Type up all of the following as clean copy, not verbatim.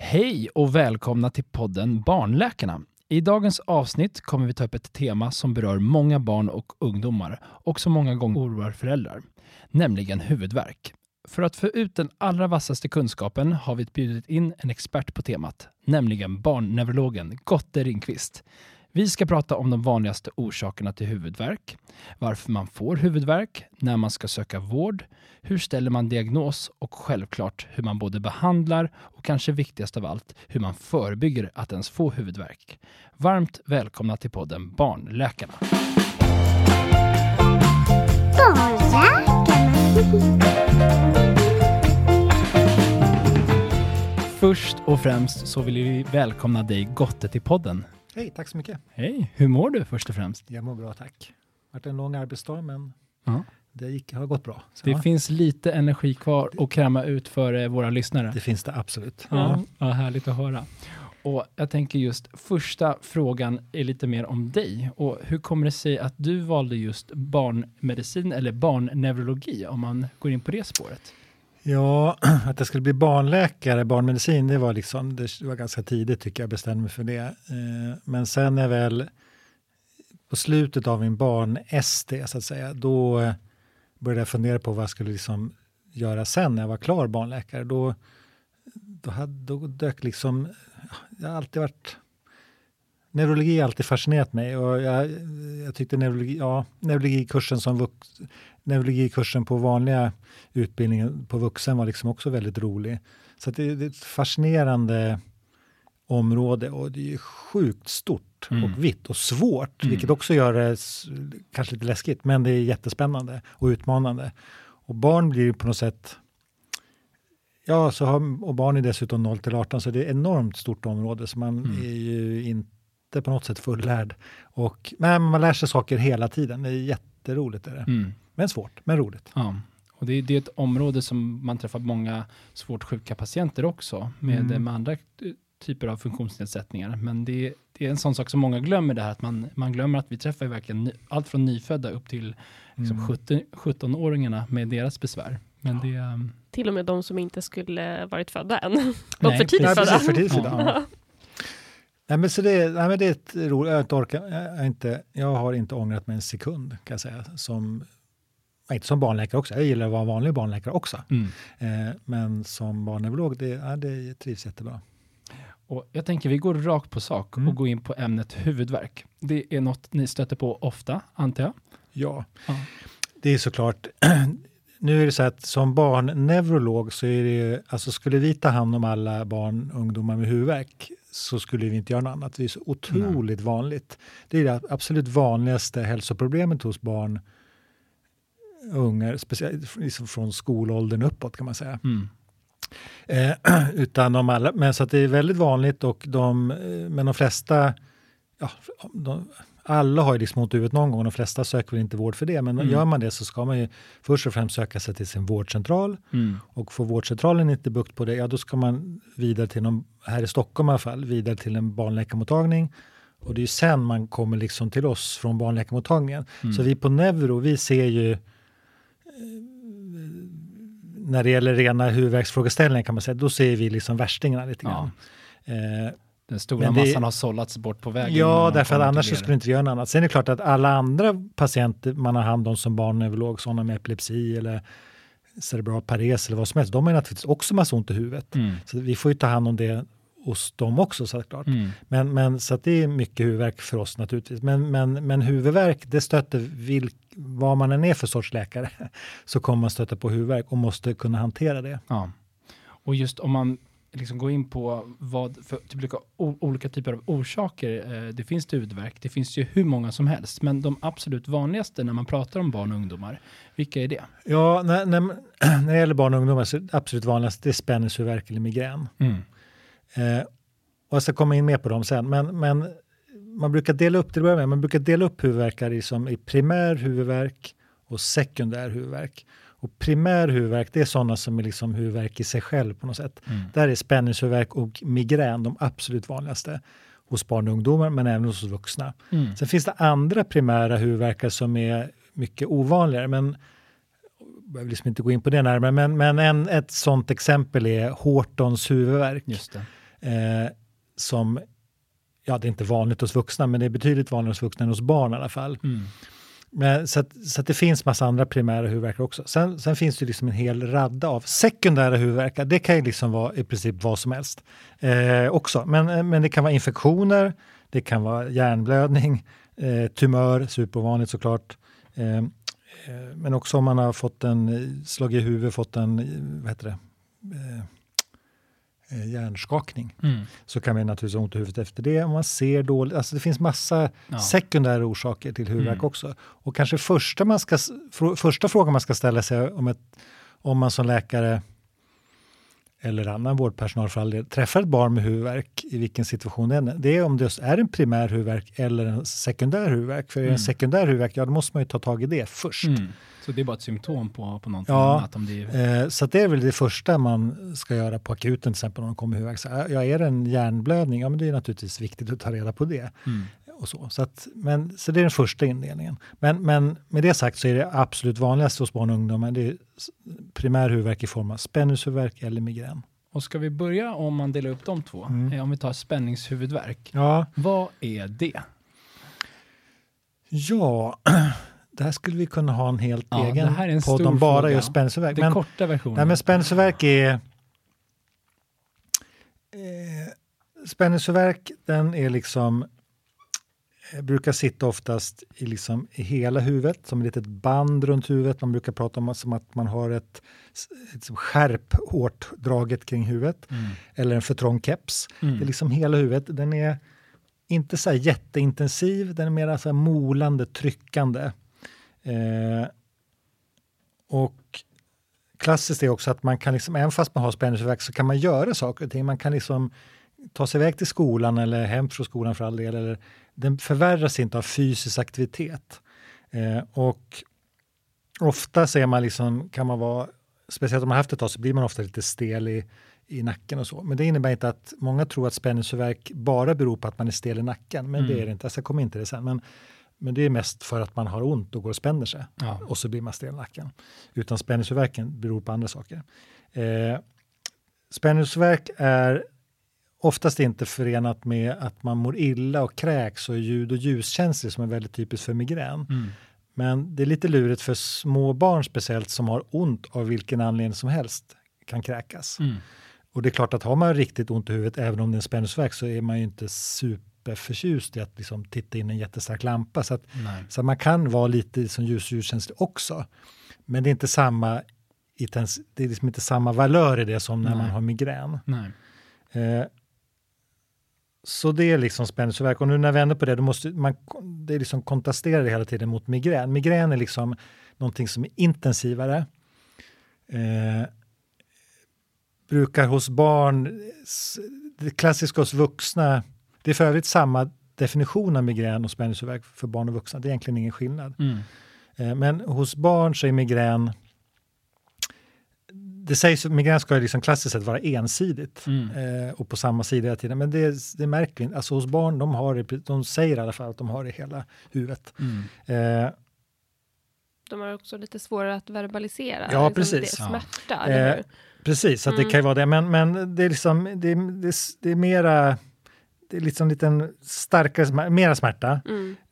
Hej och välkomna till podden Barnläkarna. I dagens avsnitt kommer vi ta upp ett tema som berör många barn och ungdomar och som många gånger oroar föräldrar, nämligen huvudvärk. För att få ut den allra vassaste kunskapen har vi bjudit in en expert på temat, nämligen barnneurologen Gotte Ringqvist. Vi ska prata om de vanligaste orsakerna till huvudvärk, varför man får huvudvärk, när man ska söka vård, hur ställer man diagnos och självklart hur man både behandlar och kanske viktigast av allt, hur man förebygger att ens få huvudvärk. Varmt välkomna till podden Barnläkarna. Först och främst så vill vi välkomna dig Gotte till podden. Hej, tack så mycket. Hej, hur mår du först och främst? Jag mår bra, tack. Det har varit en lång arbetsdag, men det har gått bra. Så, det finns lite energi kvar att kräma ut för våra lyssnare. Det finns det absolut. Ja, härligt att höra. Och jag tänker just, första frågan är lite mer om dig. Och hur kommer det sig att du valde just barnmedicin eller barnneurologi, om man går in på det spåret? Ja, att jag skulle bli barnläkare, barnmedicin, det var ganska tidigt tycker jag, bestämde mig för det. Men sen är väl på slutet av min barn-SD så att säga, då började jag fundera på vad jag skulle liksom göra sen när jag var klar barnläkare. Då dök liksom, jag har alltid varit, neurologi har alltid fascinerat mig och jag tyckte neurologikursen på vanliga utbildningen på vuxen var liksom också väldigt rolig. Så att det är ett fascinerande område och det är sjukt stort och vitt och svårt, vilket också gör det kanske lite läskigt, men det är jättespännande och utmanande. Och barn blir på något sätt, och barn är dessutom 0-18, så det är enormt stort område, så man är ju inte på något sätt fullärd. Men man lär sig saker hela tiden, det är jätteroligt är det. Men svårt, men roligt. Ja. Och det är ett område som man träffar många svårt sjuka patienter också med andra typer av funktionsnedsättningar. Men det är en sån sak som många glömmer, det här att man glömmer att vi träffar verkligen allt från nyfödda upp till liksom 17-åringarna med deras besvär. Men det, till och med de som inte skulle varit födda än. De för tidigt födda. Precis, för tidigt födda. Nej, men så det är ett roligt. Jag har inte ångrat mig en sekund, kan jag säga. Inte som barnläkare också. Jag gillar att vara vanlig barnläkare också. Men som barnneurolog, det trivs jättebra. Och jag tänker vi går rakt på sak och går in på ämnet huvudvärk. Det är något ni stöter på ofta, antar jag? Ja. Det är såklart. Nu är det så att som barnneurolog så är det, alltså skulle vi ta hand om alla barn och ungdomar med huvudvärk så skulle vi inte göra något annat. Det är så otroligt vanligt. Det är det absolut vanligaste hälsoproblemet hos barn och ungar, speciellt från skolåldern uppåt kan man säga. Utan men så att det är väldigt vanligt men de flesta, alla har ju liksom ont i huvudet någon gång, de flesta söker väl inte vård för det, men gör man det så ska man ju först och främst söka sig till sin vårdcentral och får vårdcentralen inte bukt på det, då ska man vidare till här i Stockholm i alla fall, vidare till en barnläkarmottagning och det är ju sen man kommer liksom till oss från barnläkarmottagningen. Så vi på Neuro, vi ser ju när det gäller rena huvudvärksfrågeställningar kan man säga, då ser vi liksom värstingarna lite grann. Den stora massan har sållats bort på vägen. Ja, därför att annars skulle inte göra något annat. Sen är det klart att alla andra patienter man har hand om som barnneurolog, sådana med epilepsi eller cerebral pares eller vad som helst, de har naturligtvis också massa ont i huvudet. Så vi får ju ta hand om det hos dem också såklart. Men så att det är mycket huvudvärk för oss naturligtvis. Men huvudvärk, det stöter vad man än är för sorts läkare så kommer man stöta på huvudvärk och måste kunna hantera det. Ja. Och just om man liksom går in på vad för olika typer av orsaker det finns till huvudvärk. Det finns ju hur många som helst. Men de absolut vanligaste när man pratar om barn och ungdomar, vilka är det? Ja, när det gäller barn och ungdomar så är det absolut vanligaste det är spänningshuvudvärk eller migrän. Och jag ska komma in mer på dem sen. Men man brukar dela upp huvudvärkar i primär huvudvärk och sekundär huvudvärk. Och primär huvudvärk, det är sådana som är liksom huvudvärk i sig själv på något sätt. Där är spänningshuvudvärk och migrän de absolut vanligaste hos barn och ungdomar, men även hos vuxna. Sen finns det andra primära huvudvärkar som är mycket ovanligare, men jag behöver liksom inte gå in på det närmare. Men ett sådant exempel är Hortons huvudvärk. Just som, ja det är inte vanligt hos vuxna, men det är betydligt vanligare hos vuxna än hos barn i alla fall. Men, så att det finns massa andra primära huvudvärkar också. Sen finns det liksom en hel radda av sekundära huvudvärkar. Det kan ju liksom vara i princip vad som helst också. Men det kan vara infektioner, det kan vara hjärnblödning, tumör, supervanligt såklart. Men också om man har fått en slag i huvudet, fått en hjärnskakning. Så kan man naturligtvis ha ont i huvudet efter det. Om man ser dåligt. Alltså det finns massa sekundära orsaker till huvudvärk också. Och kanske första frågan man ska ställa sig om man som läkare eller annan vårdpersonal för all del träffar ett barn med huvudvärk, i vilken situation det är om det är en primär huvudvärk eller en sekundär huvudvärk. För en sekundär huvudvärk, då måste man ju ta tag i det först. Så det är bara ett symptom på någonting annat? Om det är... Så det är väl det första man ska göra på akuten, till exempel om man kommer med huvudvärk. Så, är det en hjärnblödning? Ja, men det är naturligtvis viktigt att ta reda på det. Och så det är den första indelningen. Men med det sagt så är det absolut vanligast hos barn och ungdomar. Det är primär huvudvärk i form av spänningshuvudvärk eller migrän. Och ska vi börja om man delar upp de två? Om vi tar spänningshuvudvärk. Ja. Vad är det? Ja, det här skulle vi kunna ha en helt egen det här är en podd om bara just spänningshuvudvärk. Den korta versionen. Nej, men spänningshuvudvärk är... spänningshuvudvärk, den är liksom... brukar sitta oftast i hela huvudet, som ett litet band runt huvudet. Man brukar prata om som att man har ett skärp hårt draget kring huvudet. Eller en för trång keps. Det är liksom hela huvudet. Den är inte så här jätteintensiv. Den är mer så här molande, tryckande. Och klassiskt är också att man kan liksom, även fast man har spänningshuvudvärk så kan man göra saker och ting. Man kan liksom ta sig iväg till skolan eller hem från skolan för all del. Eller, den förvärras inte av fysisk aktivitet. Och ofta så är man liksom, kan man vara, speciellt om man haft ett tag så blir man ofta lite stel i nacken och så. Men det innebär inte att många tror att spänningshuvudvärk bara beror på att man är stel i nacken. Men det är det inte. Alltså, jag kommer inte det sen. Men det är mest för att man har ont och går och spänner sig. Ja. Och så blir man stel i nacken. Utan spänningshuvudvärken beror på andra saker. Spänningshuvudvärk är oftast inte förenat med att man mår illa och kräks och ljud- och ljuskänslig som är väldigt typiskt för migrän. Men det är lite lurigt för små barn speciellt som har ont av vilken anledning som helst kan kräkas. Och det är klart att har man riktigt ont i huvudet även om det är en spänningshuvudvärk så är man ju inte superförtjust i att liksom titta in en jättestark lampa. Så man kan vara lite som ljuskänslig också. Men det är inte samma det är liksom inte samma valör i det som när man har migrän. Så det är liksom spänningshuvudvärk. Och nu när vi vänder på det, då måste det är liksom kontrastera det hela tiden mot migrän. Migrän är liksom någonting som är intensivare. Brukar hos barn, det klassiska hos vuxna, det är för övrigt samma definition av migrän och spänningshuvudvärk för barn och vuxna. Det är egentligen ingen skillnad. Men hos barn så är migrän, det sägs att migrän ska liksom klassiskt sett vara ensidigt och på samma sida hela tiden. Men det är märkligt. Alltså hos barn, de säger i alla fall att de har det i hela huvudet. De har också lite svårare att verbalisera. Ja, liksom precis. Det är smärta, precis, så att det kan ju vara det. Men det är liksom, det är mera, det är liksom lite starkare, mera smärta.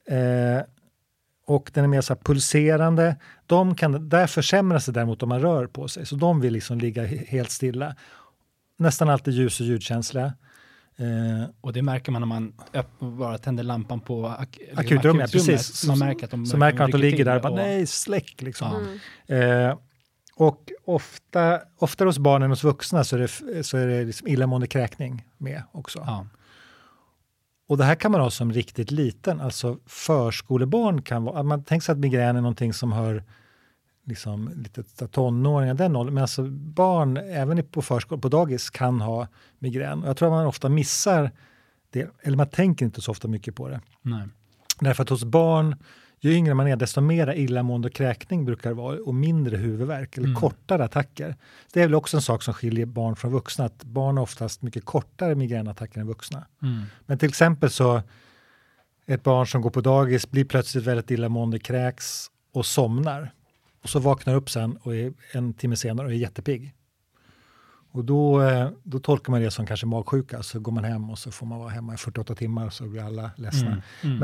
Och den är mer så här pulserande. Där försämras det däremot om man rör på sig. Så de vill liksom ligga helt stilla. Nästan alltid ljus- och ljudkänsliga. Och det märker man när man bara tänder lampan på akutrummet. Precis. Man märker att de ligger där och bara nej, släck liksom. Och ofta hos barnen och hos vuxna så är det liksom illamående kräkning med också. Och det här kan man ha som riktigt liten. Alltså förskolebarn kan vara, man tänker sig att migrän är någonting som hör liksom lite tonåringar, den åldern. Men alltså barn, även på förskola, på dagis, kan ha migrän. Och jag tror att man ofta missar det, eller man tänker inte så ofta mycket på det. Därför att hos barn, ju yngre man är, desto mera illamående och kräkning brukar det vara och mindre huvudvärk eller kortare attacker. Det är väl också en sak som skiljer barn från vuxna, att barn har oftast mycket kortare migränattacker än vuxna. Men till exempel så ett barn som går på dagis blir plötsligt väldigt illamående, kräks och somnar. Och så vaknar upp sen och är en timme senare och är jättepigg. Och då tolkar man det som kanske magsjuka. Så går man hem och så får man vara hemma i 48 timmar så blir alla ledsna.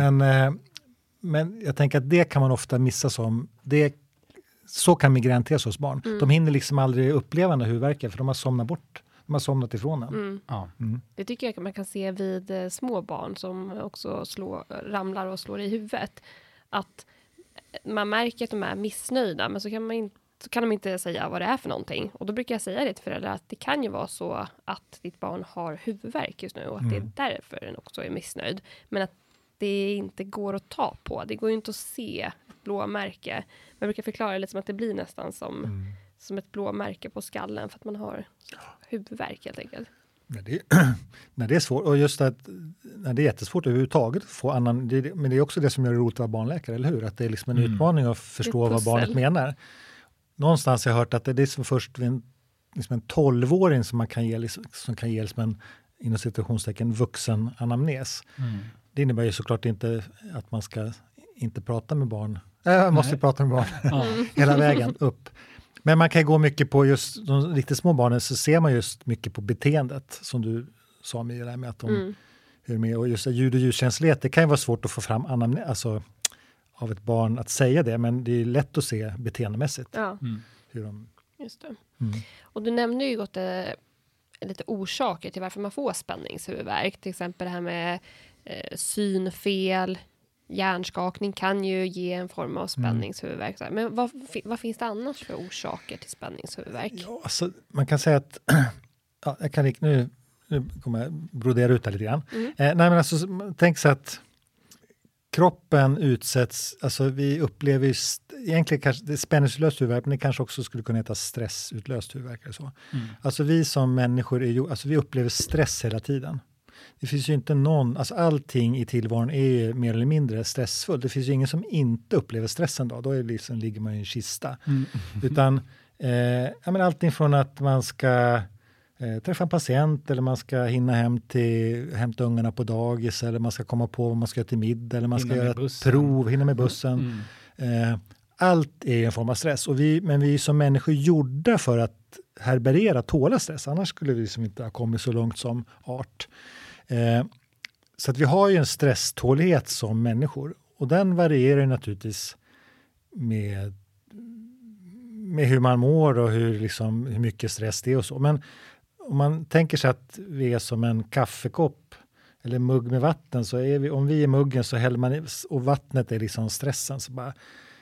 Men jag tänker att det kan man ofta missa som... Så kan migrän te sig hos barn. De hinner liksom aldrig uppleva den huvudvärken för de har somnat bort. De har somnat ifrån den. Det tycker jag man kan se vid små barn som också ramlar och slår i huvudet. Att man märker att de är missnöjda, men så kan de inte säga vad det är för någonting. Och då brukar jag säga det till föräldrar att det kan ju vara så att ditt barn har huvudvärk just nu och att det är därför den också är missnöjd. Men att det inte går att ta på. Det går ju inte att se ett blåmärke. Man brukar förklara det som att det blir nästan som ett blåmärke på skallen för att man har huvudvärk helt enkelt. När det är svårt, och just att när det är jättesvårt överhuvudtaget att få annan, men det är också det som gör det roligt att vara barnläkare, eller hur? Att det är liksom en utmaning att förstå vad barnet menar. Någonstans har jag hört att det är som först vid en 12-åring som man kan ge, som kan ge liksom en, inom situationstecken, vuxen anamnes. Det innebär ju såklart inte att man ska inte prata med barn. Man måste prata med barn hela vägen upp. Men man kan gå mycket på just de riktigt små barnen, så ser man just mycket på beteendet som du sa med att de hur med, och just ljud och ljuskänslighet, det kan ju vara svårt att få fram alltså, av ett barn att säga det, men det är lätt att se beteendemässigt. Ja. Hur de... Just det. Och du nämnde ju lite orsaker till varför man får spänningshuvudvärk. Till exempel det här med synfel, hjärnskakning kan ju ge en form av spänningshuvudvärk. Men vad finns det annars för orsaker till spänningshuvudvärk? Ja, alltså, man kan säga att jag kan nu kommer jag brodera ut det lite grann. Nej, men alltså, tänk så att kroppen utsätts, alltså vi upplever ju egentligen kanske det är spänningsutlöst huvudvärk, men det kanske också skulle kunna heta stressutlöst huvudvärk eller så. Alltså vi som människor alltså vi upplever stress hela tiden. Det finns ju inte alltså allting i tillvaron är mer eller mindre stressfullt. Det finns ju ingen som inte upplever stressen då är liksom, ligger man i en kista. Utan allting från att man ska träffa en patient, eller man ska hinna hämta ungarna på dagis, eller man ska komma på vad man ska göra till middag, eller man ska göra ett prov, hinna med bussen. Allt är en form av stress. Men vi är som människor gjorda för att tåla stress. Annars skulle vi liksom inte ha kommit så långt som art. Så att vi har ju en stresstålighet som människor. Och den varierar naturligtvis med hur man mår och hur mycket stress det är och så. Men om man tänker sig att vi är som en kaffekopp eller mugg med vatten, så är om vi är muggen så häller man och vattnet är liksom stressen, så bara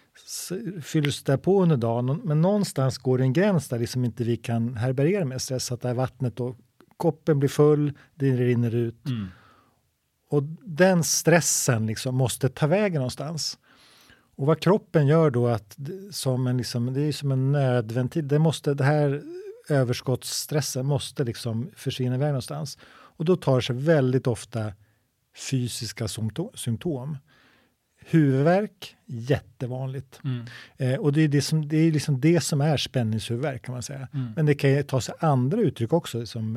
fylls det på under dagen. Men någonstans går det en gräns där liksom inte vi kan härbärgera med stress, så att det här vattnet och koppen blir full, det rinner ut. Och den stressen liksom måste ta vägen någonstans. Och vad kroppen gör då, att det är som en nödventil. Det här överskottsstressen måste liksom försvinna iväg någonstans. Och då tar det sig väldigt ofta fysiska symptom. Huvudvärk, jättevanligt. Och det är liksom det som är spänningshuvudvärk, kan man säga. Men det kan ju ta sig andra uttryck också, som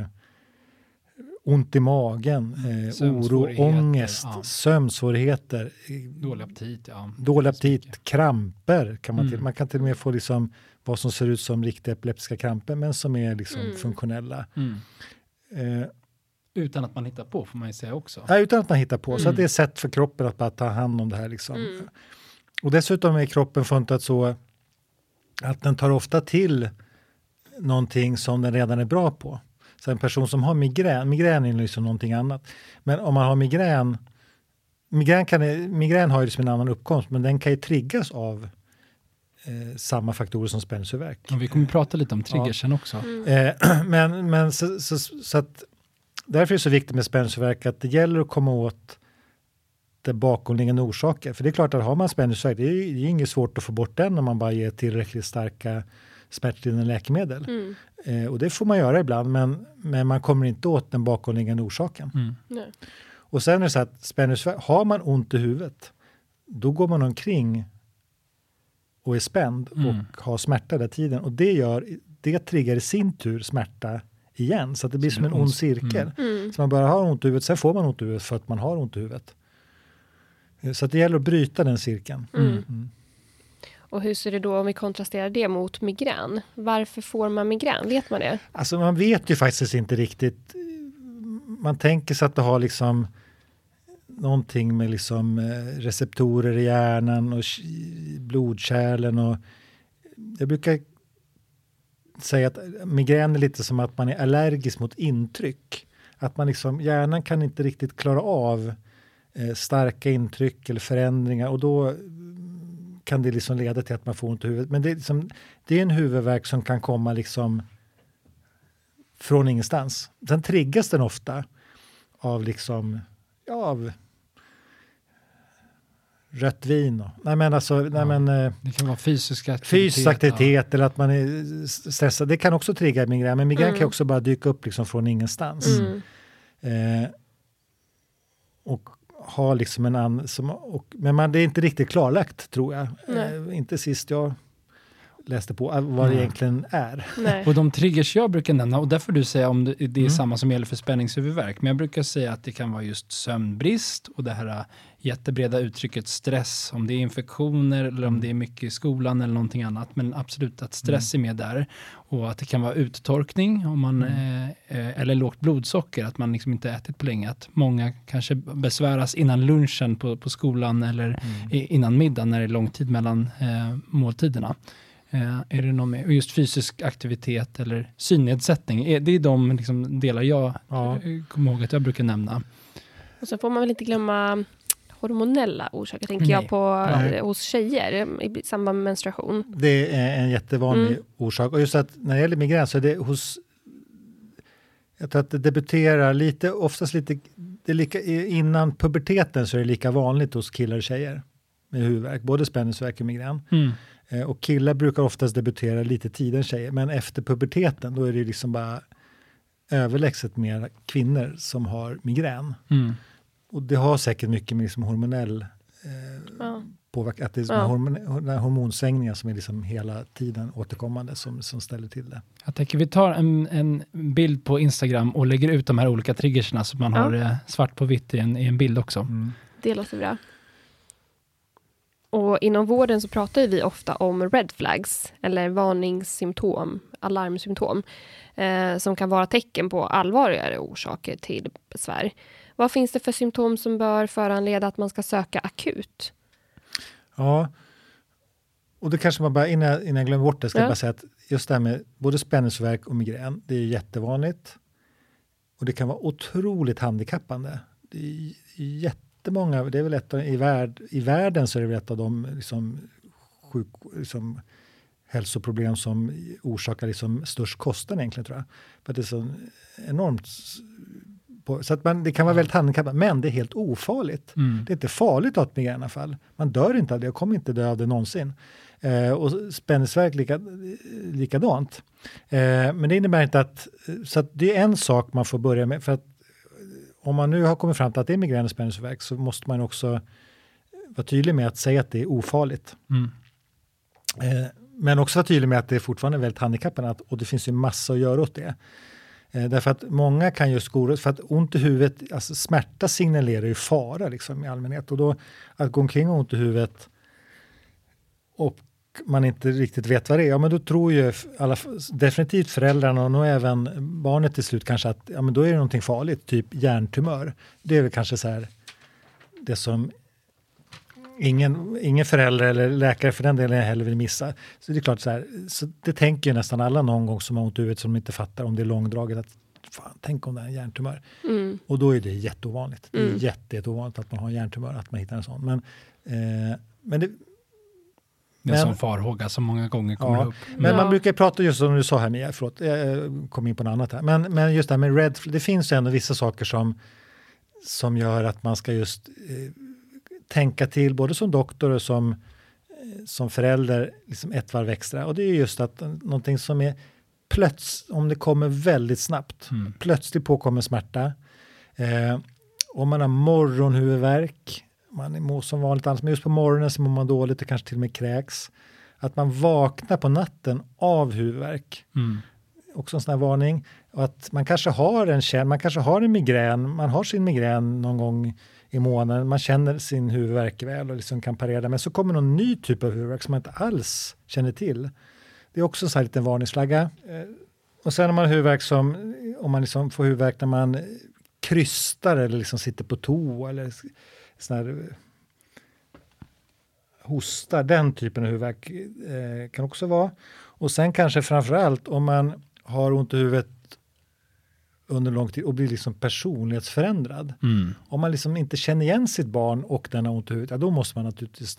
ont i magen, oro, ångest, sömnsvårigheter, dålig aptit, kramper kan man kan till och med få liksom vad som ser ut som riktiga epileptiska kramper, men som är liksom funktionella. Utan att man hittar på, får man ju säga också. Ja, utan att man hittar på. Så att det är sätt för kroppen att bara ta hand om det här. Liksom. Och dessutom är kroppen funtat så att den tar ofta till någonting som den redan är bra på. Så en person som har migrän är liksom någonting annat. Men om man har migrän har ju liksom en annan uppkomst, men den kan ju triggas av samma faktorer som spänningshuvudvärk. Och vi kommer prata lite om triggersen också. Men så att därför är det så viktigt med spänningshuvudvärk att det gäller att komma åt det bakomliggande orsaker. För det är klart att har man spänningshuvudvärk, det är inget svårt att få bort den om man bara ger tillräckligt starka smärtstillande läkemedel. Och det får man göra ibland, men man kommer inte åt den bakomliggande orsaken. Och sen är det så att spänningshuvudvärk, har man ont i huvudet, då går man omkring och är spänd och har smärta där tiden. Och det triggar i sin tur smärta igen. Så att det blir som en ond cirkel. Så man bara har ont i huvudet, sen får man ont i huvudet för att man har ont i huvudet. Så att det gäller att bryta den cirkeln. Och hur ser det då om vi kontrasterar det mot migrän? Varför får man migrän? Vet man det? Alltså man vet ju faktiskt inte riktigt. Man tänker sig att det har liksom någonting med liksom receptorer i hjärnan och blodkärlen. Och jag brukar säga att migrän är lite som att man är allergisk mot intryck. Att man liksom, hjärnan kan inte riktigt klara av starka intryck eller förändringar och då kan det liksom leda till att man får ont i huvudet. Men det är, liksom, det är en huvudvärk som kan komma liksom från ingenstans. Sen triggas den ofta av liksom, ja, av rött vin. Och, det kan vara fysisk aktivitet eller att man är stressad. Det kan också trigga migrän. Men migrän kan också bara dyka upp liksom från ingenstans. Och ha liksom en annan... Men det är inte riktigt klarlagt, tror jag. Inte sist jag läste på vad det egentligen är. Nej. Och de triggers jag brukar nämna, och därför du säger om det är samma som gäller för spänningshuvudvärk, men jag brukar säga att det kan vara just sömnbrist och det här jättebreda uttrycket stress, om det är infektioner eller om det är mycket i skolan eller någonting annat, men absolut att stress är med där, och att det kan vara uttorkning om man eller lågt blodsocker, att man liksom inte ätit på länge, att många kanske besväras innan lunchen på skolan eller innan middagen när det är lång tid mellan måltiderna. Är det någon med? Och just fysisk aktivitet eller synnedsättning. Det är de liksom delar jag kommer ihåg att jag brukar nämna. Och så får man väl inte glömma hormonella orsaker, tänker jag på hos tjejer i samband med menstruation. Det är en jättevanlig orsak. Och just att när det gäller migrän så är det hos... Jag tror att det debuterar oftast lite... Det är lika, innan puberteten så är det lika vanligt hos killar och tjejer med huvudvärk. Både spänningsvärk och migrän. Och killar brukar oftast debutera lite tidigare än tjejer. Men efter puberteten då är det liksom bara överlägset mer kvinnor som har migrän. Och det har säkert mycket med liksom hormonell påverkan. Att det är hormonsvängningar som är liksom hela tiden återkommande som ställer till det. Jag tänker vi tar en bild på Instagram och lägger ut de här olika triggersna så man har det svart på vitt i en bild också. Det låter bra. Och inom vården så pratar vi ofta om red flags eller varningssymptom, alarmsymptom som kan vara tecken på allvarligare orsaker till besvär. Vad finns det för symptom som bör föranleda att man ska söka akut? Ja, och det kanske man bara innan jag glömmer bort det ska jag bara säga att just det här med både spänningsvärk och migrän, det är jättevanligt. Och det kan vara otroligt handikappande. Det är jättemånga, det är väl i världen så är det väl ett av de liksom hälsoproblem som orsakar liksom störst kostnad egentligen, tror jag. För att det är så enormt... Så att det kan vara väldigt handikappande, men det är helt ofarligt. Det är inte farligt att ha ett migränanfall. Man dör inte av det och kommer inte dö av det någonsin. Och spänningsvärk likadant. Men det innebär inte att... Så att det är en sak man får börja med. För att om man nu har kommit fram till att det är migrän och spänningsvärk så måste man också vara tydlig med att säga att det är ofarligt. Men också vara tydlig med att det är fortfarande väldigt handikappande och det finns ju massa att göra åt det. Därför att många kan just gå för att ont i huvudet, alltså smärta signalerar ju fara liksom i allmänhet. Och då att gå omkring och ont i huvudet och man inte riktigt vet vad det är, ja men då tror ju definitivt föräldrarna och nog även barnet till slut kanske att ja men då är det någonting farligt, typ hjärntumör. Det är väl kanske så här det som ingen förälder eller läkare för den delen heller vill missa. Så det är klart så här, så det tänker ju nästan alla någon gång som har ont i huvudet som inte fattar om det är långdraget att fan, tänk om det är en hjärntumör. Och då är det jätteovanligt. Det är jätteovanligt att man har en hjärntumör, att man hittar en sån. Men det är en sån farhåga som många gånger kommer upp. Men man brukar prata just som du sa här Mia, förlåt, jag kom in på något annat här. Men just det här med det finns ju ändå vissa saker som gör att man ska just tänka till både som doktor och som förälder liksom ett varv extra. Och det är just att någonting som är om det kommer väldigt snabbt. Plötsligt påkommer smärta. Om man har morgonhuvudvärk, man mår som vanligt annars, men just på morgonen så mår man dåligt och kanske till och med kräks. Att man vaknar på natten av huvudvärk. också en sån här varning. Och att man kanske har en migrän, man har sin migrän någon gång i månaden, man känner sin huvudvärk väl och liksom kan parera, men så kommer någon ny typ av huvudvärk som man inte alls känner till. Det är också en sån här liten varningsflagga. Och sen har man huvudvärk om man liksom får huvudvärk när man krystar eller liksom sitter på tå eller sån här hostar, den typen av huvudvärk kan också vara. Och sen kanske framförallt om man har ont i huvudet under lång tid och blir liksom personlighetsförändrad. Om man liksom inte känner igen sitt barn och den har ont i huvudet, då måste man naturligtvis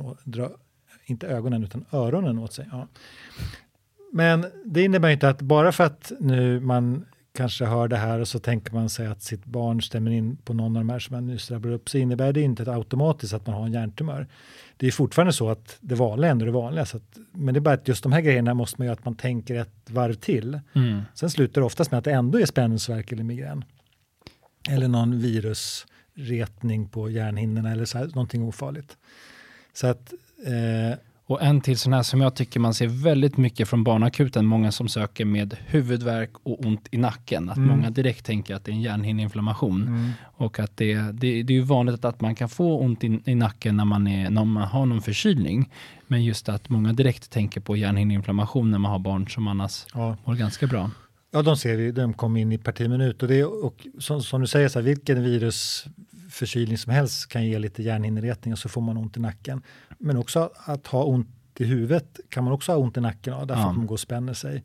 inte ögonen utan öronen åt sig. Ja. Men det innebär inte att bara för att nu man kanske hör det här och så tänker man sig att sitt barn stämmer in på någon av de här som man nyss rabblade upp, så innebär det inte automatiskt att man har en hjärntumör. Det är fortfarande så att det vanliga ändå är det vanliga. Men det är bara att just de här grejerna måste man göra att man tänker ett varv till. Sen slutar det oftast med att det ändå är spänningsvärk eller migrän. Eller någon virusretning på hjärnhinnorna eller så här, någonting ofarligt. Så att... Och en till sån här som jag tycker man ser väldigt mycket från barnakuten, många som söker med huvudvärk och ont i nacken. Att många direkt tänker att det är en hjärnhinneinflammation. Och att det är ju vanligt att man kan få ont i nacken när man har någon förkylning. Men just att många direkt tänker på hjärnhinneinflammation när man har barn som annars mår ganska bra. Ja, de ser vi, de kommer in i parti minut. Och som du säger, så här, vilken virusförkylning som helst kan ge lite hjärnhinneretning och så får man ont i nacken. Men också att ha ont i huvudet kan man också ha ont i nacken av, därför att man går och spänner sig.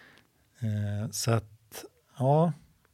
Så att, ja.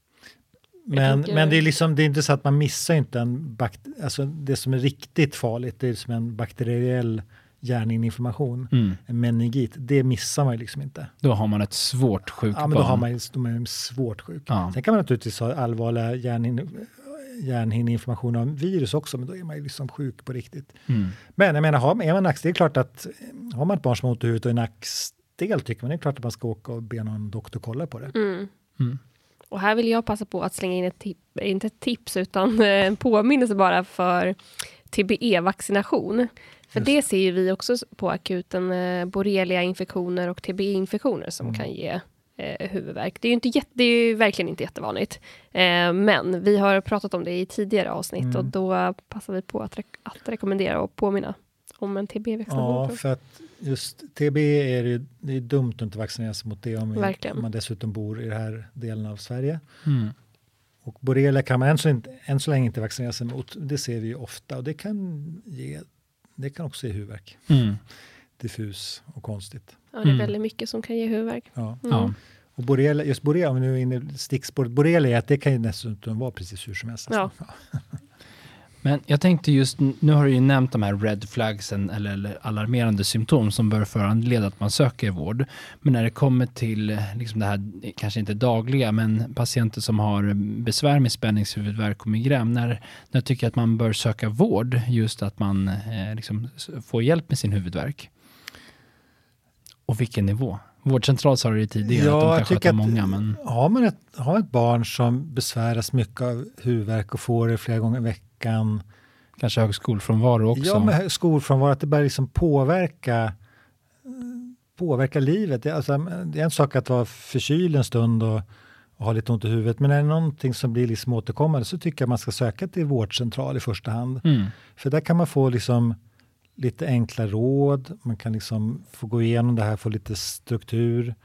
Men det är liksom, det är inte så att man missar inte alltså det som är riktigt farligt, det är som en bakteriell hjärninflammation, en meningit, det missar man ju liksom inte. Då har man ett svårt sjukt barn. Ja, men då har man svårt sjuk. Sen kan man naturligtvis ha allvarliga hjärnhinneinflammation av virus också, men då är man ju liksom sjuk på riktigt. Men jag menar, är man nackstel, det är klart att har man ett barn som har ont i huvudet och är nackstel, tycker man det är klart att man ska åka och be någon doktor kolla på det. Och här vill jag passa på att slänga in inte ett tips utan en påminnelse bara för TBE-vaccination. För det ser ju vi också på akuten, borrelia-infektioner och TBE-infektioner som kan ge huvudvärk. Det är ju verkligen inte jättevanligt. Men vi har pratat om det i tidigare avsnitt och då passar vi på att rekommendera och påminna om en TBE-vaccination. Ja, för att just TBE det är dumt att inte vaccinera sig mot det om man dessutom bor i den här delen av Sverige. Och borrelia kan man än så länge inte vaccinera sig mot. Det ser vi ju ofta och det kan också ge huvudvärk. Diffus och konstigt. Ja, det är väldigt mycket som kan ge huvudvärk. Ja. Och borrelia, om vi nu är inne i stickspåret, borrelia, att det kan ju nästan vara precis hur som helst. Ja. Men jag tänkte just, nu har du ju nämnt de här red flagsen eller alarmerande symptom som bör föranleda att man söker vård. Men när det kommer till liksom det här, kanske inte dagliga, men patienter som har besvär med spänningshuvudvärk och migrän, när tycker jag att man bör söka vård, just att man liksom får hjälp med sin huvudvärk. Och vilken nivå? Vårdcentral sa du ju tidigare att de kan sköta många. Men... Har man ett barn som besväras mycket av huvudvärk och får det flera gånger i veckan. Kanske hög skolfrånvaro också. Ja, med skolfrånvaro, att det börjar liksom påverka livet. Det är en sak att vara förkyld en stund och ha lite ont i huvudet. Men är det någonting som blir liksom återkommande så tycker jag man ska söka till vårdcentral i första hand. För där kan man få liksom lite enkla råd, man kan liksom få gå igenom det här, få lite struktur.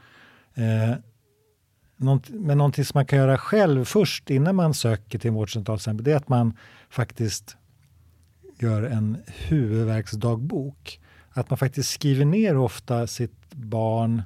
Men någonting som man kan göra själv först innan man söker till en vårdcentral, det är att man faktiskt gör en huvudvärksdagbok. Att man faktiskt skriver ner hur ofta sitt barn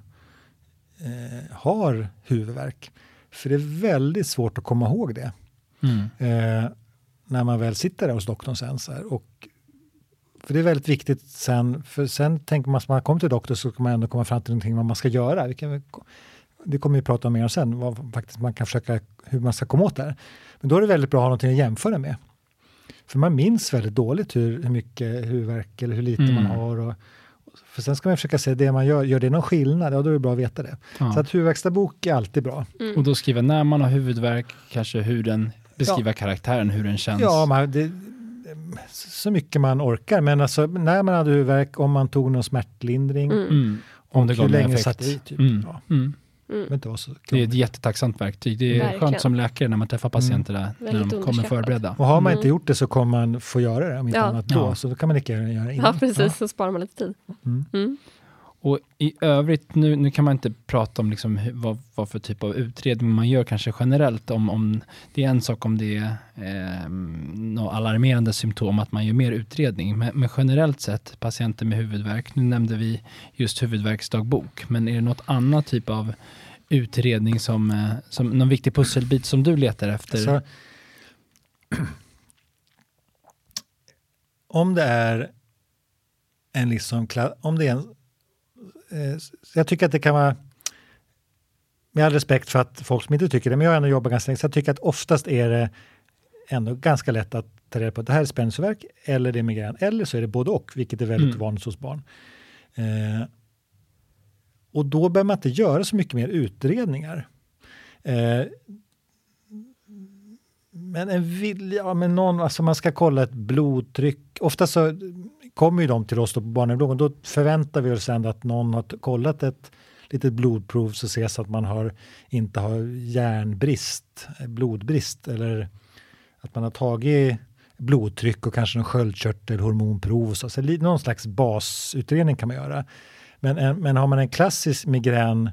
har huvudvärk. För det är väldigt svårt att komma ihåg det. När man väl sitter där hos doktorn sen. Så här, för det är väldigt viktigt sen, för sen tänker man att man kommer till doktor så kan man ändå komma fram till någonting vad man ska göra. Det kommer vi prata om mer om sen, vad faktiskt man kan försöka, hur man ska komma åt det här. Men då är det väldigt bra att ha någonting att jämföra med. För man minns väldigt dåligt hur mycket huvudvärk eller hur lite man har. För sen ska man försöka se det man gör det någon skillnad? Ja, då är det bra att veta det. Så att huvudvärksdagbok är alltid bra. Och då skriva när man har huvudvärk, kanske hur den beskriva karaktären, hur den känns. Ja, så mycket man orkar. Men alltså, när man hade huvudvärk, om man tog någon smärtlindring, om det hur länge satt i. Typ. Det inte vara så Det är ett jättetacksamt verktyg. Det är Verkligen. skönt som läkare när man träffar patienter där, när Väldigt de kommer underskattat. förberedda. Och har man inte gjort det så kommer man få göra det om inte annat då. Ja. Så då kan man lika gärna göra det innan. Ja, precis. Så sparar man lite tid. Och i övrigt, nu kan man inte prata om liksom vad för typ av utredning man gör kanske generellt. Om det är en sak om det är något alarmerande symptom att man gör mer utredning. Men generellt sett, patienter med huvudvärk, nu nämnde vi just huvudvärksdagbok. Men är det något annat typ av utredning som någon viktig pusselbit som du letar efter? Så, om det är en liksom, om det är en jag tycker att det kan vara, med all respekt för att folk som inte tycker det, men jag har ändå jobbat ganska länge, så jag tycker att oftast är det ändå ganska lätt att ta reda på att det här är spänningshuvudvärk eller det är migrän, eller så är det både och, vilket är väldigt vanligt hos barn. Och då behöver man inte göra så mycket mer utredningar. Men alltså man ska kolla ett blodtryck. Ofta så kommer ju de till oss då på barnneurologen. Då förväntar vi oss ändå att någon har kollat ett litet blodprov så ses att man inte har järnbrist, blodbrist, eller att man har tagit blodtryck och kanske en sköldkörtelhormonprov och så. Så någon slags basutredning kan man göra. Men har man en klassisk migrän,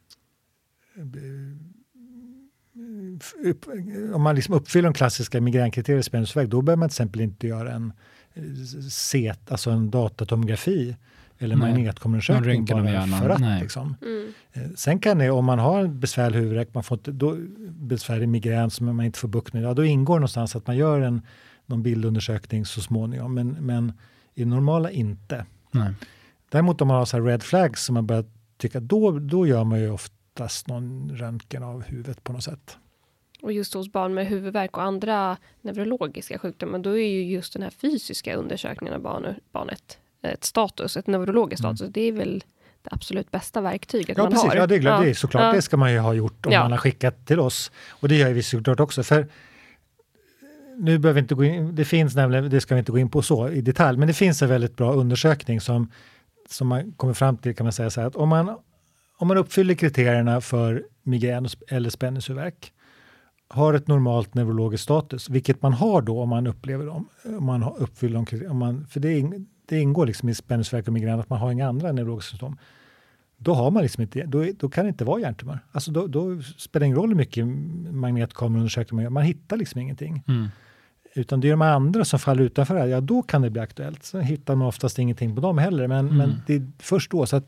om man liksom uppfyller de klassiska migränkriterier i spänningshuvudvärk, då behöver man till exempel inte göra en alltså en datatomografi eller magnetkameraundersökning bara för att. Liksom. Sen kan det, om man har besvärlig huvudvärk, man får inte, besvärlig migrän som man inte får bukt med, då ingår någonstans att man gör någon bildundersökning så småningom, men i normala inte. Nej. Däremot om man har så här red flags som man börjar tycka, då gör man ju oftast någon röntgen av huvudet på något sätt. Och just hos barn med huvudvärk och andra neurologiska sjukdomar, då är ju just den här fysiska undersökningen av barnet ett neurologiskt status. Det är väl det absolut bästa verktyget man har. Ja, det är såklart. Det ska man ju ha gjort om man har skickat till oss. Och det gör vi såklart också. För nu behöver vi inte gå in, det finns nämligen, det ska vi inte gå in på så i detalj, men det finns en väldigt bra undersökning som man kommer fram till, kan man säga så här, att om man uppfyller kriterierna för migrän eller spänningshuvudvärk, har ett normalt neurologiskt status, vilket man har då om man upplever dem, om man uppfyller de kriterierna, för det ingår liksom i spänningshuvudvärk och migrän att man har inga andra neurologiska symptom. Då har man liksom inte, då kan det inte vara hjärntumör. Alltså då spelar det ingen roll hur mycket magnetkameraundersökningar man gör. Man hittar liksom ingenting. Utan det är de andra som faller utanför det här. Ja, då kan det bli aktuellt. Så hittar man oftast ingenting på dem heller. Men det är först då. Så att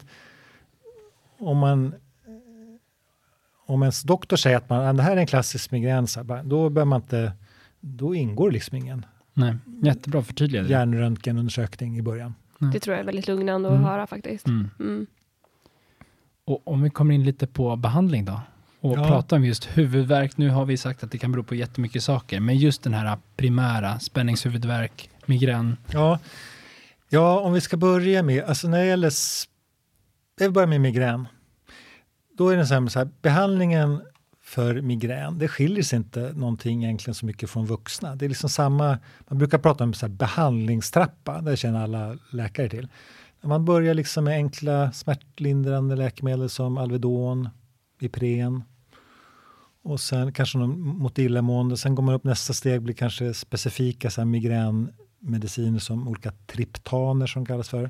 om ens doktor säger att det här är en klassisk migrän, då behöver man inte, då ingår liksom ingen. Nej, jättebra förtydligande. Hjärnröntgenundersökning i början. Det tror jag är väldigt lugnande att höra faktiskt. Och om vi kommer in lite på behandling då och pratar om just huvudvärk. Nu har vi sagt att det kan bero på jättemycket saker, men just den här primära spänningshuvudvärk, migrän. Ja, om vi ska börja med, alltså när det gäller, jag börjar med migrän. Då är det så här, behandlingen för migrän, det skiljer sig inte någonting egentligen så mycket från vuxna. Det är liksom samma, man brukar prata om så här behandlingstrappa, det känner alla läkare till. Man börjar liksom med enkla smärtlindrande läkemedel som Alvedon, Ipren, och sen kanske mot illamående. Sen går man upp, nästa steg blir kanske specifika så här migränmediciner som olika triptaner som kallas för.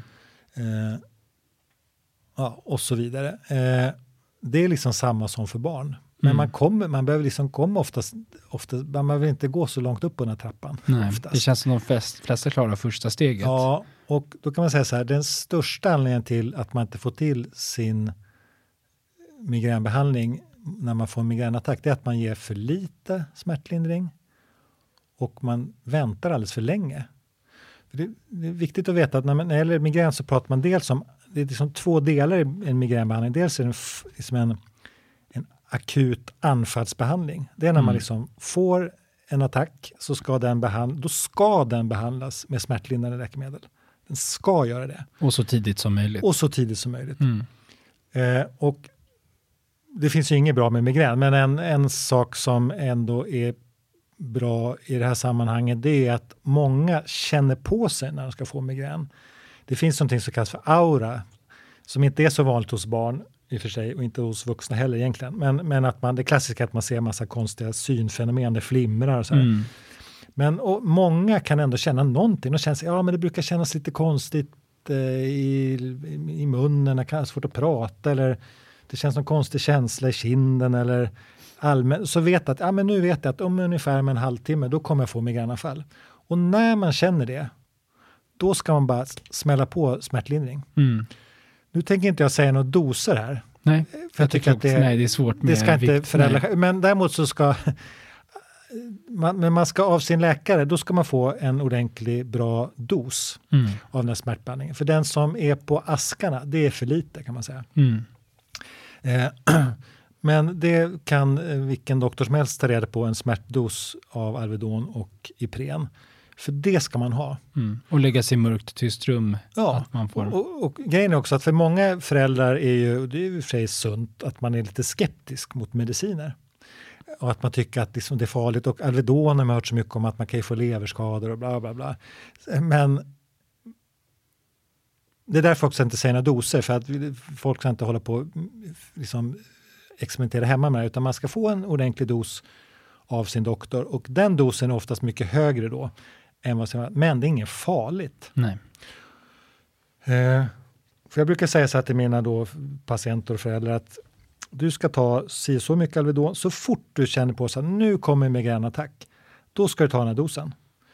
Och så vidare. Det är liksom samma som för barn. Men man behöver liksom komma oftast, man behöver inte gå så långt upp på den här trappan. Nej, oftast. det känns som de flesta klarar första steget. Ja, och då kan man säga så här, den största anledningen till att man inte får till sin migränbehandling när man får en migränattack, det är att man ger för lite smärtlindring och man väntar alldeles för länge. För det är viktigt att veta att när det gäller migrän så pratar man dels om, det är liksom två delar i en migränbehandling. Dels är det liksom en akut anfallsbehandling. Det är när man liksom får en attack, så ska den behandlas med smärtlindrande läkemedel. Den ska göra det. Och så tidigt som möjligt. Och det finns ju inget bra med migrän, men en sak som ändå är bra i det här sammanhanget, det är att många känner på sig när de ska få migrän. Det finns någonting som kallas för aura, som inte är så vanligt hos barn, i och för sig och inte hos vuxna heller egentligen. Men att det klassiska att man ser en massa konstiga synfenomen, det flimrar och så här. Men många kan ändå känna någonting. De känner men det brukar kännas lite konstigt i munnen, kan ha svårt att prata eller det känns någon konstig känsla i kinden eller allmänt. Så vet att men nu vet jag att om ungefär en halvtimme då kommer jag få migränanfall. Och när man känner det, då ska man bara smälla på smärtlindring. Nu tänker inte jag säga några doser här. Nej, för jag tycker att det är svårt med det ska inte vikt. föräldrar. Men däremot så ska man ska av sin läkare, då ska man få en ordentlig bra dos av den här smärtbehandlingen. För den som är på askarna, det är för lite kan man säga. Men det kan vilken doktor som helst ta reda på en smärtdos av Alvedon och Ipren. För det ska man ha. Och lägga sig i mörkt tyst rum. Ja, att man får... och grejen är också att för många föräldrar är ju, det är ju för sig sunt att man är lite skeptisk mot mediciner. Och att man tycker att liksom det är farligt. Och Alvedon har man hört så mycket om att man kan ju få leverskador och bla bla bla. Men det är därför också inte säger några doser. För att folk ska inte hålla på liksom experimentera hemma med det. Utan man ska få en ordentlig dos av sin doktor. Och den dosen är oftast mycket högre då. Än vad som, men det är inget farligt. Nej. För jag brukar säga så här till mina då patienter och föräldrar att du ska ta så mycket Alvedon så fort du känner på så att nu kommer migränattack. Då ska du ta den här dosen.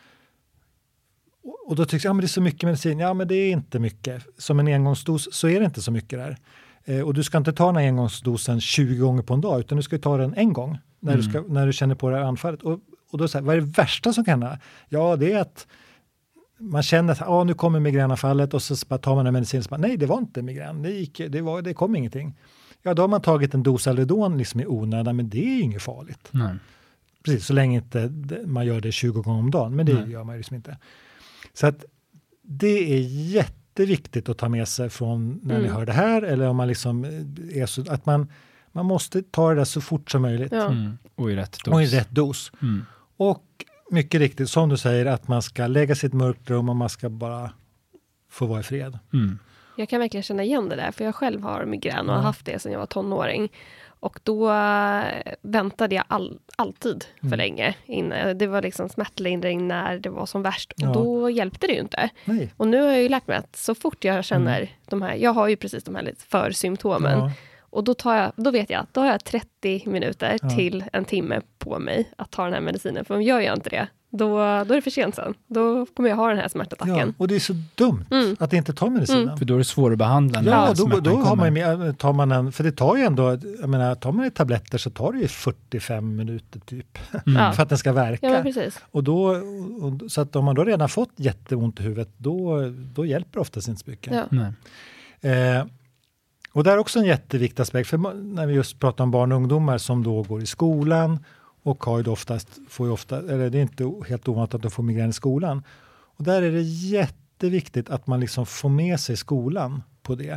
Och då tycks men det är så mycket medicin. Ja, men det är inte mycket. Som en engångsdos så är det inte så mycket där. Och du ska inte ta den här engångsdosen 20 gånger på en dag utan du ska ta den en gång när du känner på det här anfallet. Och då säger vad är det värsta som kan hända? Ja, det är att man känner att nu kommer migränanfallet och så bara tar man en medicin och så bara, nej, det var inte migrän. Det kom ingenting. Ja, då har man tagit en dos Alvedon liksom i onödan, men det är inget farligt. Nej. Precis, så länge inte man gör det 20 gånger om dagen, men det gör man ju liksom inte. Så att det är jätteviktigt att ta med sig från när ni hör det här, eller om man liksom är så att man måste ta det där så fort som möjligt. Ja. Och i rätt dos. Och i rätt dos. Och mycket riktigt, som du säger, att man ska lägga sitt mörkt rum och man ska bara få vara i fred. Jag kan verkligen känna igen det där, för jag själv har migrän och har haft det sedan jag var tonåring. Och då väntade jag alltid för länge innan. Det var liksom smärtlindring när det var som värst. Och då hjälpte det ju inte. Nej. Och nu har jag ju lärt mig att så fort jag känner de här, jag har ju precis de här lite försymptomen. Ja. Och då vet jag att då har jag 30 minuter till en timme på mig att ta den här medicinen. För om gör jag inte det, då är det för sent sen. Då kommer jag ha den här smärtattacken. Ja, och det är så dumt att inte ta medicinen. För då är det svårt att behandla. Ja, då tar man en, för det tar ju ändå, jag menar, tar man tabletter så tar det ju 45 minuter typ för att den ska verka. Ja, precis. Och så att om man då redan fått jätteont i huvudet, då hjälper det oftast inte så mycket. Ja. Och det är också en jätteviktig aspekt, för när vi just pratar om barn och ungdomar som då går i skolan och har ju eller det är inte helt ovanligt att de får migrän i skolan. Och där är det jätteviktigt att man liksom får med sig skolan på det.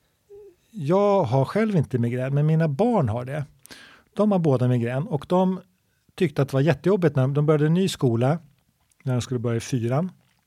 Jag har själv inte migrän, men mina barn har det. De har båda migrän och de tyckte att det var jättejobbigt när de började en ny skola, när de skulle börja i 4:an.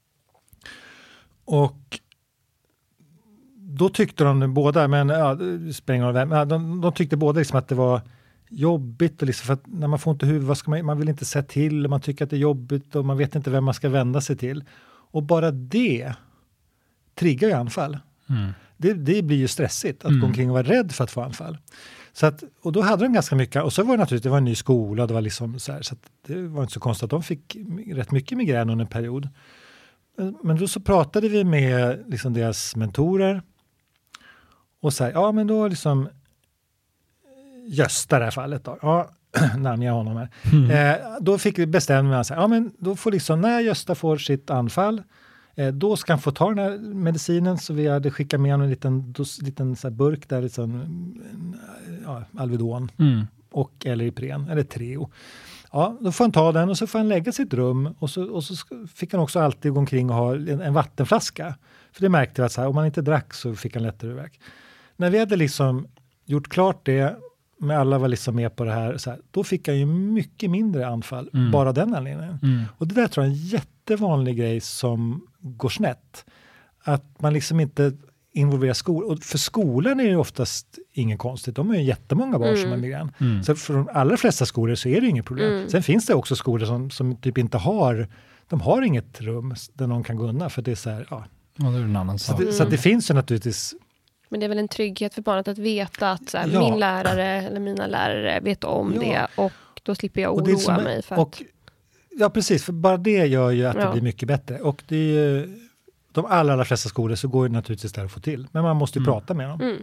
Och då tyckte de båda, men de tyckte båda liksom att det var jobbigt och liksom, för att när man får inte huvud, man vill inte säga till, man tycker att det är jobbigt och man vet inte vem man ska vända sig till. Och bara det triggar ju anfall. Det blir ju stressigt att gå omkring och vara rädd för att få anfall. Så att, och då hade de ganska mycket, och så var det naturligtvis, det var en ny skola, det var liksom så att det var inte så konstigt att de fick rätt mycket migrän under en period. Men då så pratade vi med liksom deras mentorer och så här, men då liksom Gösta i det här fallet då. Namn jag honom här. Då fick vi bestämma oss, men då får liksom, när Gösta får sitt anfall, då ska han få ta den här medicinen, så vi hade skickat med honom en liten så här burk där, liksom, Alvedon och eller Ipren, eller Treo. Ja, då får han ta den och så får han lägga sitt rum och så fick han också alltid gå omkring och ha en vattenflaska. För det märkte vi att så här, om man inte drack så fick han lättare huvudvärk. När vi hade liksom gjort klart det, med alla var liksom med på det här, så här, då fick han ju mycket mindre anfall, bara den anledningen. Och det där tror jag är en jättevanlig grej som går snett. Att man liksom inte involvera skolan. Och för skolan är det oftast ingen konstigt. De är ju jättemånga barn som har migrän. Så för de allra flesta skolor så är det inget problem. Sen finns det också skolor som typ inte har, de har inget rum där någon kan gå undan. För det är så här, ja. Ja, det är en annan sak. Så att det finns ju naturligtvis. Men det är väl en trygghet för barnet att veta att så här, min lärare eller mina lärare vet om det. Och då slipper jag oroa mig. För att... Ja, precis. För bara det gör ju att det blir mycket bättre. Och det är ju, de allra flesta skolor så går det naturligtvis där att få till. Men man måste ju prata med dem.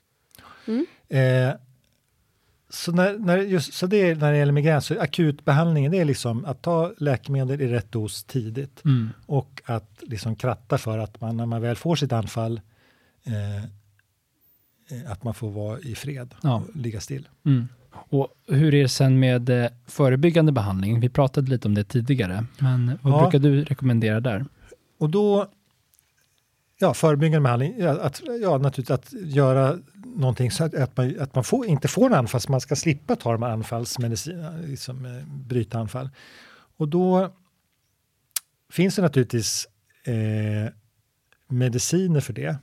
Så när det gäller migrän, så akutbehandlingen, det är liksom att ta läkemedel i rätt dos tidigt. Och att liksom kratta för att man, när man väl får sitt anfall, att man får vara i fred och ligga still. Och hur är det sen med förebyggande behandling? Vi pratade lite om det tidigare, men vad brukar du rekommendera där? Och då, förebyggande behandling, naturligtvis att göra någonting så att man inte får en anfall, så man ska slippa ta de här anfallsmedicinerna, liksom bryta anfall. Och då finns det naturligtvis mediciner för det.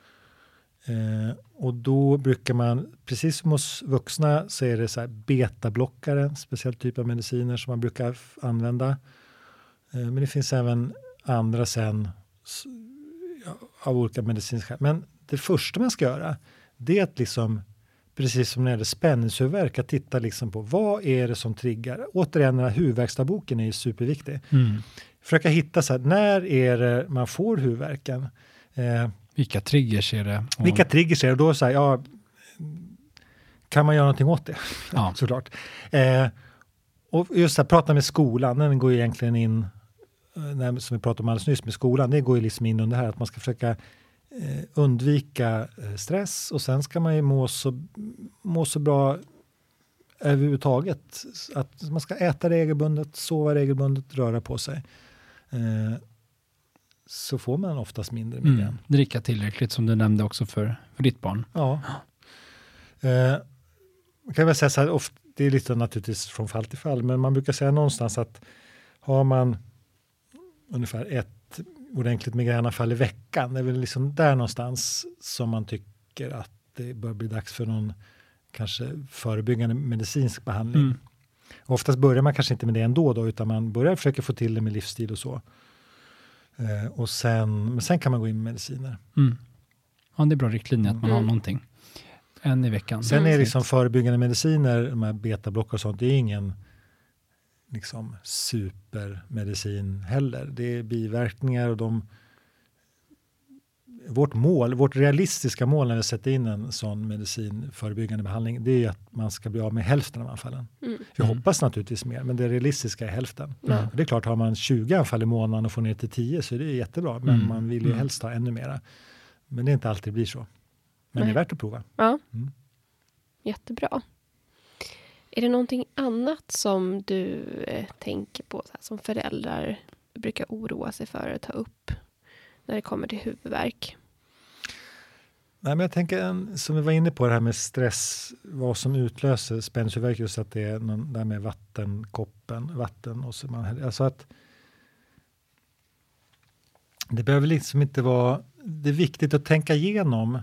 Och då brukar man, precis som hos vuxna, så är det så här betablockare, en speciell typ av mediciner som man brukar använda. Men det finns även andra sen av olika medicinska. Men det första man ska göra, det är att liksom, precis som när det är spänningshuvudvärk, att titta liksom på vad är det som triggar. Återigen, den här huvudvärksdagboken är ju superviktig. Försöka hitta så här, när är det man får huvudvärken? Vilka triggers är det? Vilka triggers är det? Och då så här, kan man göra någonting åt det? Ja. Såklart. Och just att prata med skolan, den går ju egentligen in, som vi pratade om alldeles nyss med skolan, det går ju liksom in under det här att man ska försöka undvika stress, och sen ska man ju må så bra överhuvudtaget, att man ska äta regelbundet, sova regelbundet, röra på sig. Så får man oftast mindre migrän. Dricka tillräckligt, som du nämnde också för ditt barn. Ja. Man kan väl säga så här, det är lite naturligtvis från fall till fall, men man brukar säga någonstans att har man ungefär ett ordentligt migränanfall i veckan, det är väl liksom där någonstans som man tycker att det bör bli dags för någon kanske förebyggande medicinsk behandling. Oftast börjar man kanske inte med det ändå då, utan man börjar försöka få till det med livsstil och så. Och men sen kan man gå in med mediciner. Ja, det är bra riktlinje att man har någonting. En i veckan. Sen är det liksom förebyggande mediciner, de här betablockar och sånt, det är ingen liksom supermedicin heller. Det är biverkningar, och vårt realistiska mål när vi sätter in en sån medicin, förebyggande behandling, det är att man ska bli av med hälften av anfallen. Vi hoppas naturligtvis mer, men det realistiska är hälften. Och det är klart, har man 20 anfall i månaden och får ner till 10, så är det jättebra, men man vill ju helst ha ännu mera. Men det är inte alltid blir så. Men det är värt att prova. Ja. Jättebra. Är det någonting annat som du tänker på så här, som föräldrar brukar oroa sig för att ta upp när det kommer till huvudvärk? Nej, men jag tänker, som vi var inne på, det här med stress, vad som utlöser spänningshuvudvärk, just att det är någon där med vatten och så alltså att det behöver liksom inte vara, det är viktigt att tänka igenom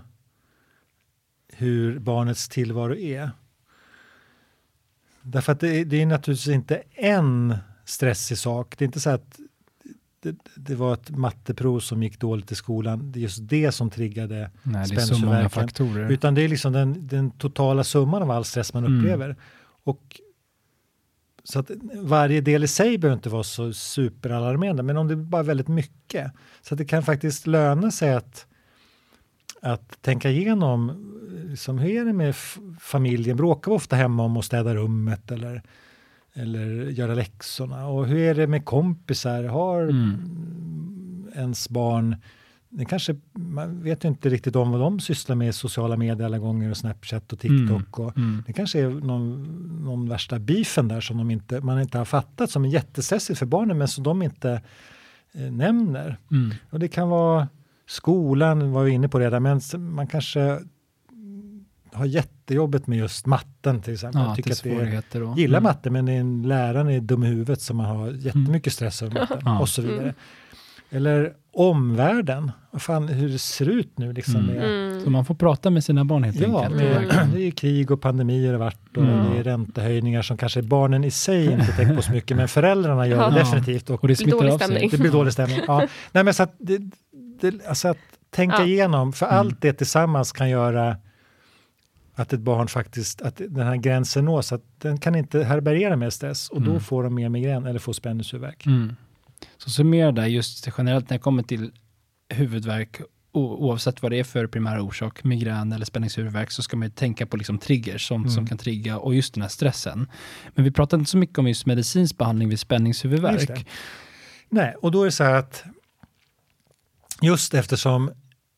hur barnets tillvaro är. Därför att det är naturligtvis inte en stressig sak. Det är inte så att det var ett matteprov som gick dåligt i skolan. Det är just det som triggade spänningshuvudvärken. Det är så många faktorer. Utan det är liksom den totala summan av all stress man upplever. Och så att varje del i sig behöver inte vara så superalarmerande. Men om det är bara väldigt mycket. Så att det kan faktiskt löna sig att tänka igenom liksom, hur är det med familjen? Bråkar vi ofta hemma om att städa rummet eller göra läxorna? Och hur är det med kompisar? Har ens barn, man vet ju inte riktigt om vad de sysslar med i sociala medier alla gånger, och Snapchat och TikTok. Och det kanske är någon värsta beefen där som man inte har fattat, som är jättestressigt för barnen, men som de inte nämner. Och det kan vara skolan, var vi inne på det, men man kanske har jättejobbet med just matten till exempel. Jag tycker att gillar matte, men läraren är dum i huvudet, så man har jättemycket stress över matten och så vidare. Eller omvärlden. Vad fan, hur det ser ut nu. Liksom, Så man får prata med sina barn helt Ja, enkelt. det är krig och pandemier och vart och det är räntehöjningar som kanske barnen i sig inte tänker på så mycket, men föräldrarna gör det definitivt. Och det smittar av sig. Det blir dålig stämning. Ja. Nej, men så att, alltså att tänka igenom, för allt det tillsammans kan göra att ett barn faktiskt, att den här gränsen nås, att den kan inte härbärgera med stress och då får de mer migrän eller får spänningshuvudvärk. Så summera där just generellt när det kommer till huvudvärk, oavsett vad det är för primär orsak, migrän eller spänningshuvudvärk, så ska man tänka på liksom triggers som kan trigga och just den här stressen. Men vi pratar inte så mycket om just medicinsk behandling vid spänningshuvudvärk. Nej, och då är det så här att just eftersom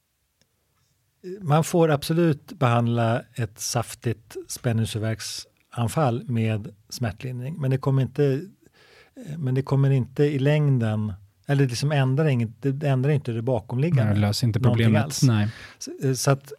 man får absolut behandla ett saftigt spänningshuvudvärksanfall med smärtlindring, men det kommer inte i längden, eller liksom det ändrar inte det bakomliggande. Det löser inte problemet. Nej. Så att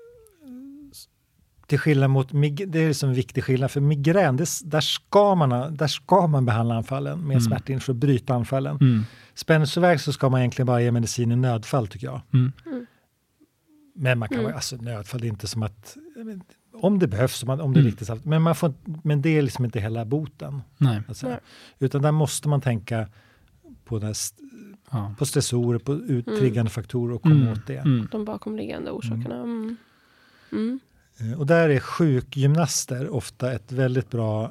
till skillnad mot det är liksom en viktig skillnad, för migrän, där ska man behandla anfallen med smärtlindring för att bryta anfallen. Spänningshuvudvärk så ska man egentligen bara ge medicin i nödfall, tycker jag. Men man kan alltså nödfall, det är inte som att om det behövs, om det är riktigt saft, men det är liksom inte hela boten. Nej. Alltså. Utan där måste man tänka på på stressorer, på uttriggande faktorer och komma åt det. De bakomliggande orsakerna. Och där är sjukgymnaster ofta ett väldigt bra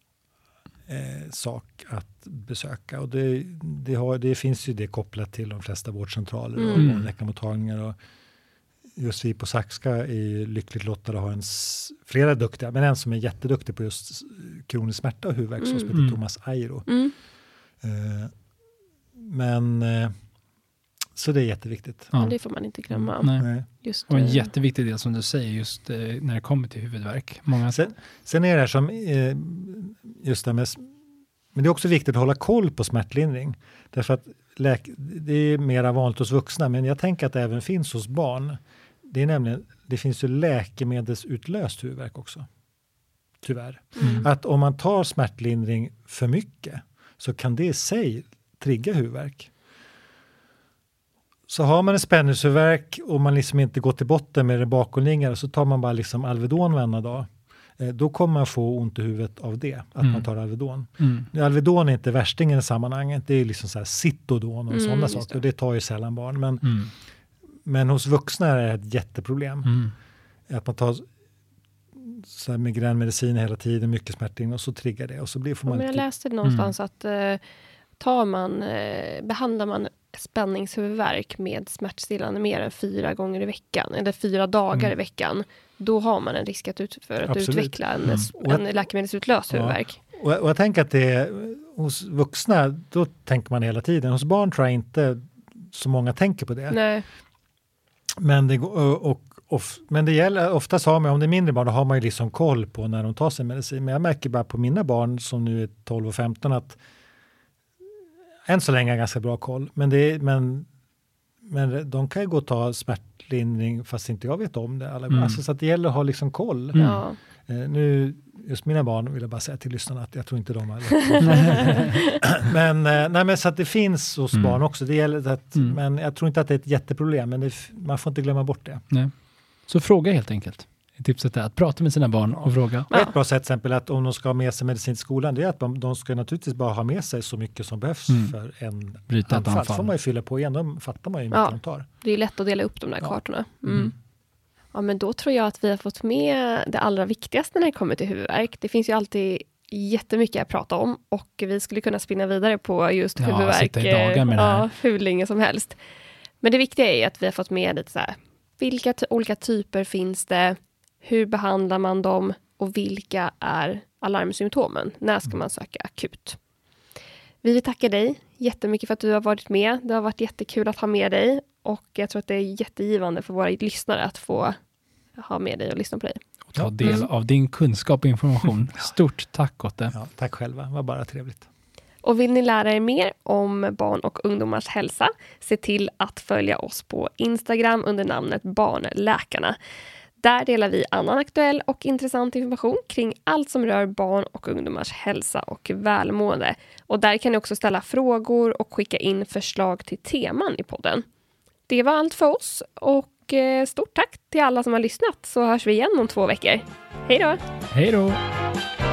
sak att besöka. Och det finns ju det kopplat till de flesta vårdcentraler och läkarmottagningar. Och just vi på Saxka är lyckligt lottade och har flera duktiga, men en som är jätteduktig på just kronisk smärta och huvudvärk som heter Thomas Airo. Men så det är jätteviktigt. Ja, det får man inte glömma. Nej. Just, och en jätteviktig del som du säger just när det kommer till huvudvärk. Sen är det här som just det med, men det är också viktigt att hålla koll på smärtlindring. Därför att det är mer vanligt hos vuxna, men jag tänker att det även finns hos barn. Det finns ju läkemedelsutlöst huvudvärk också. Tyvärr. Att om man tar smärtlindring för mycket så kan det i sig trigga huvudvärk. Så har man en spänningshuvudvärk och man liksom inte går till botten med det bakomliggande, så tar man bara liksom Alvedon varannan dag. Då kommer man få ont i huvudet av det, att man tar Alvedon. Alvedon är inte värstingen i sammanhanget, det är liksom så här Citodon och sådana saker. Och det tar ju sällan barn. Men hos vuxna är det ett jätteproblem. Att man tar så här migränmedicin hela tiden, mycket smärtlindring och så triggar det. Och så får man jag läste någonstans att behandlar man spänningshuvudvärk med smärtstillande mer än 4 gånger i veckan eller 4 dagar i veckan, då har man en risk att utveckla en läkemedelsutlöst huvudvärk. Och jag tänker att det hos vuxna, då tänker man hela tiden. Hos barn tror jag inte så många tänker på det. Nej. Men det gäller, oftast har man, om det är mindre barn, då har man ju liksom koll på när de tar sin medicin. Men jag märker bara på mina barn som nu är 12 och 15 att än så länge är ganska bra koll. Men de kan ju gå och ta smärtlindring fast inte jag vet om det. Alltså, så att det gäller att ha liksom koll. Nu, just mina barn vill jag bara säga till lyssnarna att jag tror inte de har men så att det finns hos barn också. Det gäller att, men jag tror inte att det är ett jätteproblem. Men man får inte glömma bort det. Nej. Så fråga helt enkelt. Tipset är att prata med sina barn och fråga. Ett bra sätt till exempel att om de ska ha med sig medicin till skolan, det är att de ska naturligtvis bara ha med sig så mycket som behövs för en anfall. Får man ju fylla på igen, då fattar man ju hur mycket de tar. Det är lätt att dela upp de där kartorna. Ja, men då tror jag att vi har fått med det allra viktigaste när det kommer till huvudvärk. Det finns ju alltid jättemycket att prata om och vi skulle kunna spinna vidare på just huvudvärk hur länge som helst. Men det viktiga är att vi har fått med lite så här, vilka olika typer finns det? Hur behandlar man dem? Och vilka är alarmsymptomen? När ska man söka akut? Vi vill tacka dig jättemycket för att du har varit med. Det har varit jättekul att ha med dig. Och jag tror att det är jättegivande för våra lyssnare att få ha med dig och lyssna på dig. Och ta del av din kunskap och information. Stort tack åt det. Ja, tack själva, det var bara trevligt. Och vill ni lära er mer om barn och ungdomars hälsa, se till att följa oss på Instagram under namnet Barnläkarna. Där delar vi annan aktuell och intressant information kring allt som rör barn och ungdomars hälsa och välmående. Och där kan ni också ställa frågor och skicka in förslag till teman i podden. Det var allt för oss och stort tack till alla som har lyssnat, så hörs vi igen om 2 veckor. Hej då! Hej då!